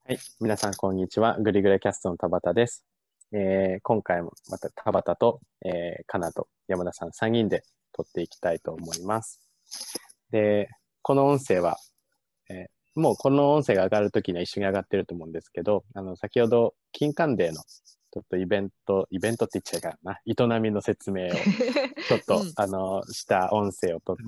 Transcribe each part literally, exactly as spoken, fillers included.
はい。皆さん、こんにちは。グリグレキャストの田畑です。えー今回もまた田畑と、えー、かなと山田さんさんにんで撮っていきたいと思います。で、この音声は、えーもうこの音声が上がるときには一緒に上がってると思うんですけど、あの、先ほど、金環デーのちょっとイベント、イベントって言っちゃいかな、営みの説明をちょっと、 うんあの、した音声を撮って、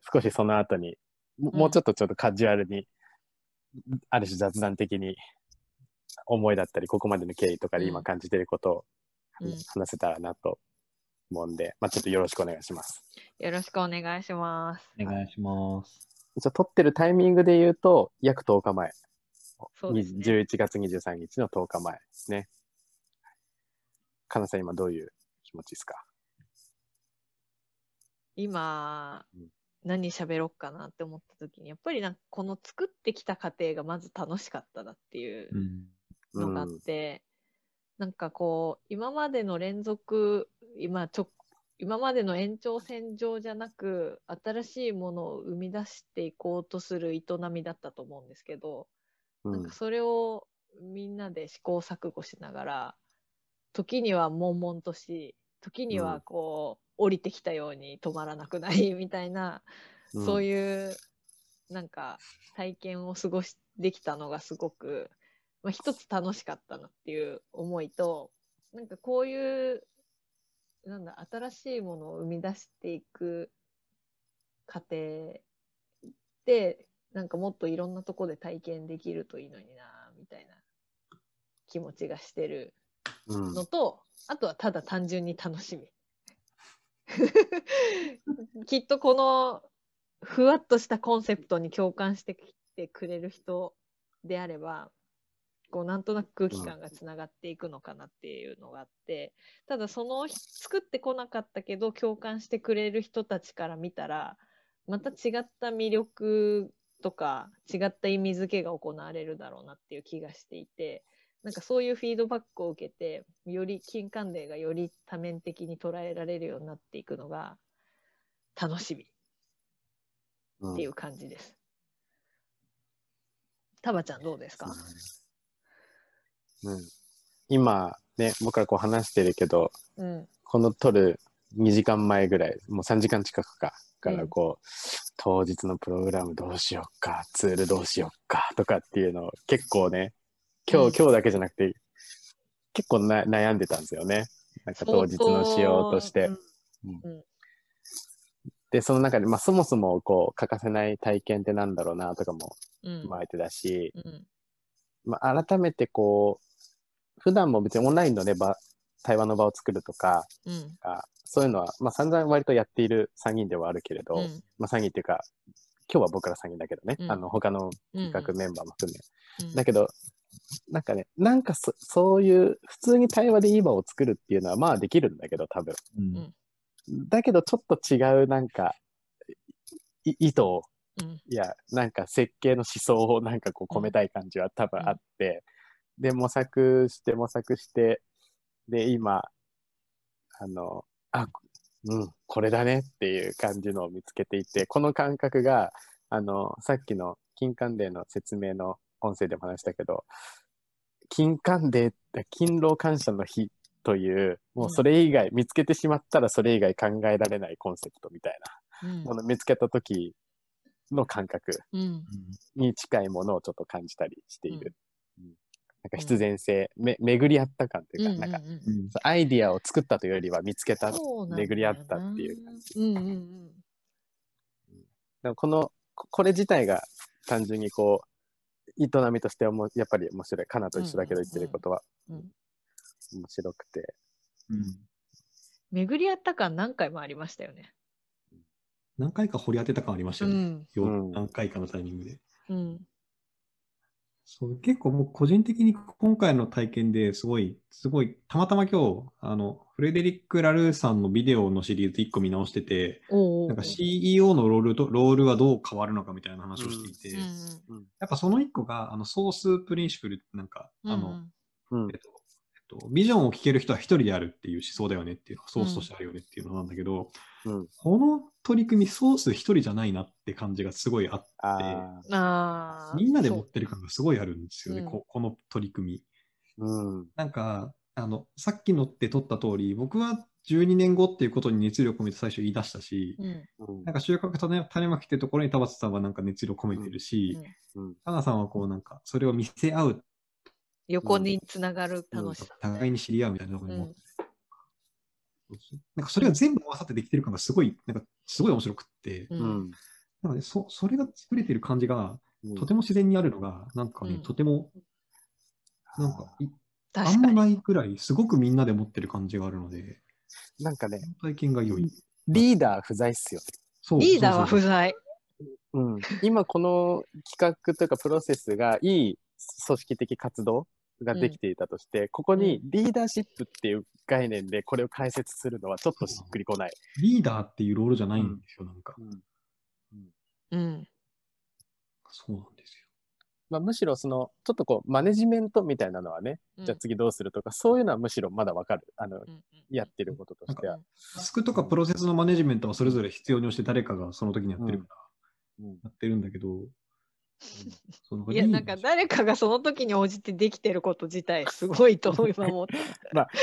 少しその後に、ももうちょっとちょっとカジュアルに、ある種雑談的に思いだったり、ここまでの経緯とかで今感じていることをうん話せたらなと思うんで、まあちょっとよろしくお願いします。 よろしくお願いします。 お願いします。 一応撮ってるタイミングで言うと、約とおかまえ。 そうですね。 じゅういちがつにじゅうさんにちのとおかまえですね。かなさん今どういう気持ちですか？ 今うん、 何喋ろうかなって思った時に、やっぱりなんかこの作ってきた過程がまず楽しかったなっていううん。 のがあって、なんかこう、今までの連続、今ちょ、今までの延長線上じゃなく、新しいものを生み出していこうとする営みだったと思うんですけど、 うん、 なんかそれをみんなで試行錯誤しながら、時には悶々とし、時にはこう、降りてきたように止まらなくなり、みたいな、 うん、 そういう、なんか、体験を過ごし、できたのがすごく、まあ、一つ楽しかったなっていう思いと、なんかこういう、なんだ、新しいものを生み出していく過程で、なんかもっといろんなとこで体験できるといいのにな、みたいな気持ちがしてるうん、 のと、あとはただ単純に楽しみ。きっとこのふわっとしたコンセプトに共感してきてくれる人であれば、こうなんとなく空気感がつながっていくのかなっていうのがあって、ただその作ってこなかったけど共感してくれる人たちから見たら、また違った魅力とか違った意味付けが行われるだろうなっていう気がしていて、なんかそういうフィードバックを受けて、より金管例がより多面的に捉えられるようになっていくのが楽しみっていう感じです。タバちゃんどうですか？ うん。今ね、僕らこう話してるけど、 うん。 この撮るにじかんまえぐらい、もうさんじかん近くか、からこう、当日のプログラムどうしようか、ツールどうしようかとかっていうのを結構ね、今日、 うん今日だけじゃなくて、結構な悩んでたんですよね。なんか当日の仕様として。うんうんで、その中で、まあそもそもこう、欠かせない体験ってなんだろうなとかもうん踏まえてだし、 うんまあ改めてこう、普段も別にオンラインのね、場、対話の場を作るとか、 うんあそういうのは、まあ散々割とやっているさんにんではあるけれど、 うんまあさんにんっていうか、今日は僕らさんにんだけどね、 うんあの、他のうん企画メンバーも含め。 うんだけど、なんかね、なんかそそういう普通に対話でいい場を作るっていうのはまあできるんだけど、多分。 うんだけどちょっと違うなんかい意図を、 うんいや、なんか設計の思想をなんかこう込めたい感じは多分あって、で、模索して模索して、で、今、あの、あ、うん、これだねっていう感じのを見つけていて、この感覚が、あの、さっきの金環デーの説明の音声でも話したけど、金環デーって勤労感謝の日という、もうそれ以外、見つけてしまったらそれ以外考えられないコンセプトみたいなうんものを見つけた時の感覚うんに近いものをちょっと感じたりしている。 うんうんなんか必然性、め巡り合った感というか、 うんなんかうんうんアイディアを作ったというよりは見つけた、 そうなん巡り合っただよな。 っていう感じ。 うんうんでもこの、ここれ自体が単純にこう、営みとしてはもうやっぱり面白い。カナと一緒だけど言ってることはうんうん面白くて。 うん。 巡り合った感何回もありましたよね。 何回か掘り当てた感ありましたよね。 うんようん何回かのタイミングで。 うんそう結構僕個人的に今回の体験ですごい、すごい、たまたま今日、あの、フレデリック・ラルーさんのビデオのシリーズいっこ見直してて、 おなんか シーイーオー のロールと、ロールはどう変わるのかみたいな話をしていて、 うんうんやっぱそのいっこが、あの、ソースプリンシプルってなんか、 うんあの、 うんえっと、えっと、ビジョンを聞ける人は一人であるっていう思想だよねっていうのがソースとしてあるよねっていうのなんだけど、 うん。 この取り組みソース一人じゃないなって感じがすごいあって、 ああ。 ああ、 みんなで持そってる感がすごいあるんですよね、 うんここの取り組み。 うん。 なんか、あの、さっきのって取った通り、僕はじゅうにねんごっていうことに熱量込めて最初言い出したし、 う。うん。 うんなんか収穫種種まきってところに田畑さんはなんか熱量込めてるし、 うんうん。 田さんはこうなんかそれを見せ合う、 横につながる楽しさ。 互いに知り合うみたいなところにうん。 も、なんかそれが全部合わさってできてる感がすごい、なんかすごい面白くって、 う。 うんん。 なのでそ、それが作れてる感じが、 うんとても自然にあるのが、なんかね、 うんとても、なんかい、あ確かに。 んまないくらい、すごくみんなで持ってる感じがあるので、 なんかね、 体験が良い。 リーダー不在っすよ。 そうリーダーはそうそうそう不在。 うん。今この企画というかプロセスがいい組織的活動ができていたとして、ここにリーダーシップっていう概念でこれを解説するのはちょっとしっくりこない。 リーダーっていうロールじゃないんですよ、なんか。 うん。 うん。 そうなんですよ。 まあ、むしろその、ちょっとこう、マネジメントみたいなのはね、 うんじゃあ次どうするとか、そういうのはむしろまだわかる。あの、 うんやってることとしては。 タスクとかプロセスのマネジメントはそれぞれ必要に応じて誰かがその時にやってるから、 うん。 やってるんだけど、そのいや、なんか誰かがその時に応じてできてること自体すごいと今思った。 まあ、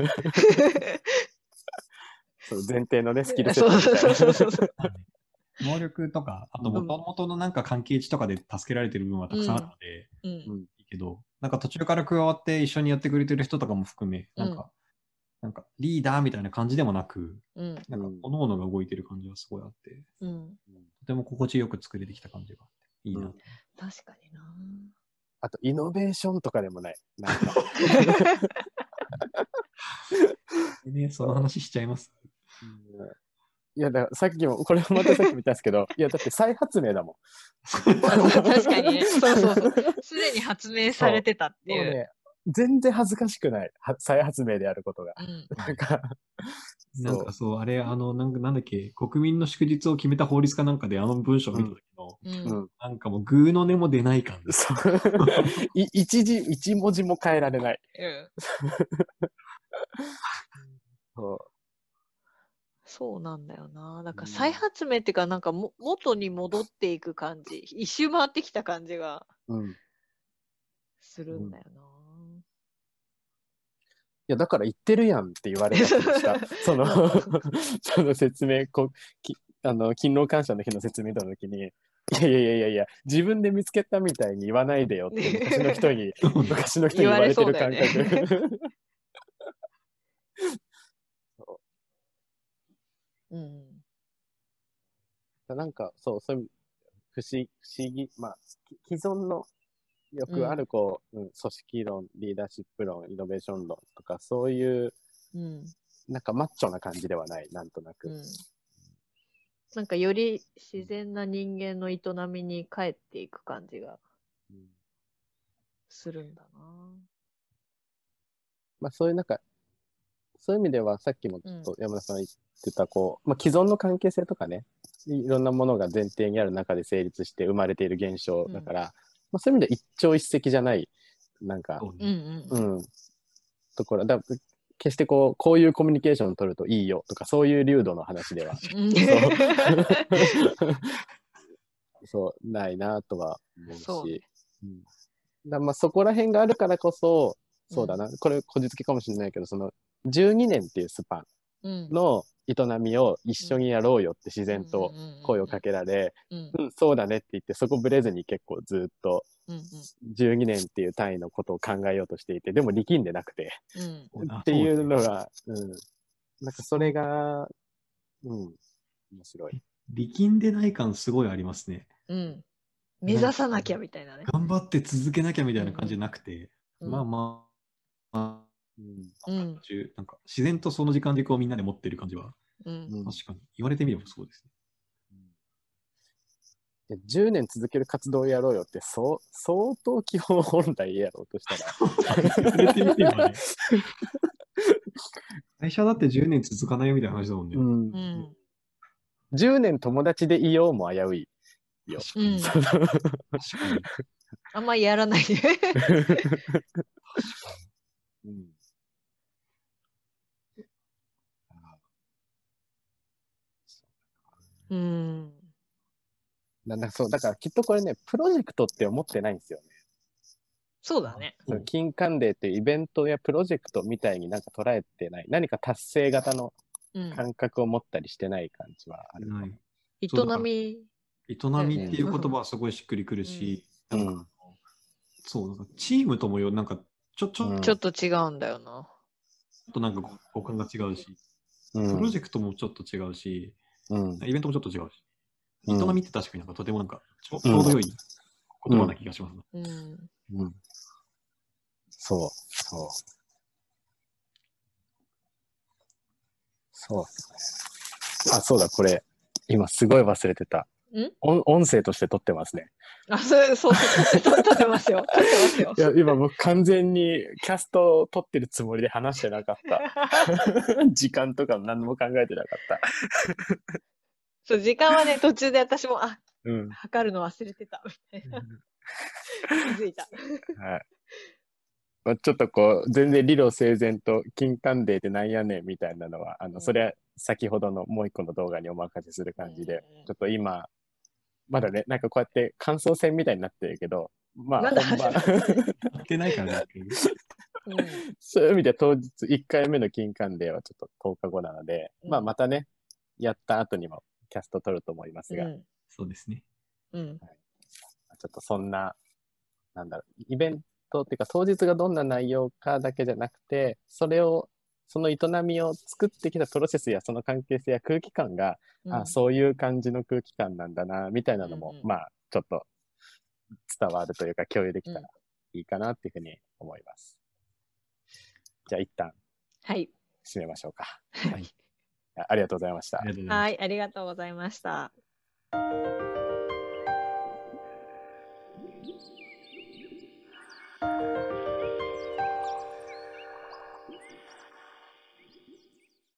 そう前提のね、スキルセッそうトみたいな。 そうそうそう。 能力とか、あとうん元々のなんか関係値とかで助けられてる部分はたくさんあるので、 うんうんいいけど、なんか途中から加わって一緒にやってくれてる人とかも含め、 うんなんか、なんかリーダーみたいな感じでもなく、 うんなんかうん各々が動いてる感じがすごいあって、 うん。 とても心地よく作れてきた感じがあって、いいなと。 確かにな。 あと、イノベーションとかでもない。なんか、 でね、その話しちゃいます。 うんいや、だからさっきも、これもまたさっきも言ったんですけど、いや、だって再発明だもん。 確かにね。そうそうそう。すでに発明されてたっていう。 もうね、全然恥ずかしくない。は再発明であることが。 うんなんか、 なんかそう、あれ、あの、なんかなんだっけ、国民の祝日を決めた法律かなんかであの文章を見た時の、 う。 うんん。 なんかもうグーの音も出ない感です。 そうい一字、一文字も変えられない。 うんそそうなんだよな。だから再発明っていうか、なんかも元に戻っていく感じ。一周回ってきた感じがう。うん。いするんだよな。 や、だから言ってるやんって言われた気がした。その、その説明、こう、きあの、勤労感謝の日の説明の時に、いやいやいやいやいや、自分で見つけたみたいに言わないでよって昔の人に、昔の人に言われてる感言われそうだよ覚。 うん。 なんか、そう、そういう不思不思議、まあ、き既存のよくある、こう、うん組織論、リーダーシップ論、イノベーション論とか、そういう、 うん。 なんかマッチョな感じではない、なんとなく。 うん。なんかより自然な人間の営みに帰っていく感じがうんするんだな。 まあ、そういうなんか、そういう意味では、さっきもちょっと山田さん言ってた、こう、まあ、既存の関係性とかね、いろんなものが前提にある中で成立して生まれている現象だから、まあ、そういう意味で一朝一夕じゃない、なんか、 そうね。 うんううん。 ん、ところ、だ決してこう、こういうコミュニケーションを取るといいよとか、そういう流度の話では、 うんそう、そうないなとは思うし、 そうねうん、だまあそこら辺があるからこそ、そうだな、これこじつけかもしれないけど、そのじゅうにねんっていうスパンうんの営みを一緒にやろうよって自然と声をかけられ、 うんうん、そうだねって言って、そこぶれずに結構ずっとうんうんじゅうにねんっていう単位のことを考えようとしていて、でも力んでなくて、 うんっていうのが、うん、なんかそれが、うん、面白い。 力んでない感すごいありますね。 うん目指さなきゃみたいなね。 頑張って続けなきゃみたいな感じじゃなくて、 うんまあまあ、まうんあ、 うんなんか自然とその時間軸をみんなで持ってる感じは、 うんうん確かに言われてみればそうですいやじゅうねん続ける活動をやろうよって、そう相当基本本来やろうとしたら。 ね。言われてみればね。会社だってじゅうねん続かないよみたいな話だもんね。 うんうんじゅうねん友達でいようも危ういよ。 うん確かに。 あんまりやらないで。 うんうん。 なんかそう、だからきっとこれね、プロジェクトって思ってないんですよね。 そうだね。 その金環デーっていうイベントやプロジェクトみたいになんか捉えてない。何か達成型のうん。 感覚を持ったりしてない感じはあるかも。 ない営そうだからみ。 営みっていう言葉はすごいしっくりくるし、 うんなんかそう、なんかチームともよ、なんかちょちょうんっちょっと違うんだよな。 となんか五感が違うし、 うんプロジェクトもちょっと違うし、 うんイベントもちょっと違うし、 うん営みって確かになんかとてもなんかちょ,、 うんちょうど良い言葉な気がします、ねうん。 うん。そう、そう。そうですね。あ、そうだ、これ、今すごい忘れてた。 ん音音声として撮ってますね。 あ、そうそうそう、撮って撮ってますよ。撮ってますよい。や、今僕完全にキャストを撮ってるつもりで話してなかった。時間とか何も考えてなかった。 そう、時間はね、途中で私も、あ、 うん。 測るの忘れてた、みたいな。気づいた。 はい。まあ、ちょっとこう、全然理路整然と、金環デーってなんやねんみたいなのは、あの、 うんそれは先ほどのもう一個の動画にお任せする感じで、 うんちょっと今、まだね、なんかこうやって感想戦みたいになってるけど、まあなんだ本番、 やってないからね。 うんそういう意味で当日いっかいめの金環デーはちょっととおかごなので、 うんまあまたね、やった後にもキャスト撮ると思いますが、 うんそうですね。 うんちょっとそんな、なんだろう、イベントっていうか当日がどんな内容かだけじゃなくて、それを、その営みを作ってきたプロセスやその関係性や空気感が、 うんあ、そういう感じの空気感なんだな、みたいなのも、 うんうんまあ、ちょっと伝わるというか共有できたらいいかなっていうふうに思います。じゃあ一旦はい。 締めましょうか。 はい。 あありがとうございましたあ。りがとうございました。 はい、ありがとうございました。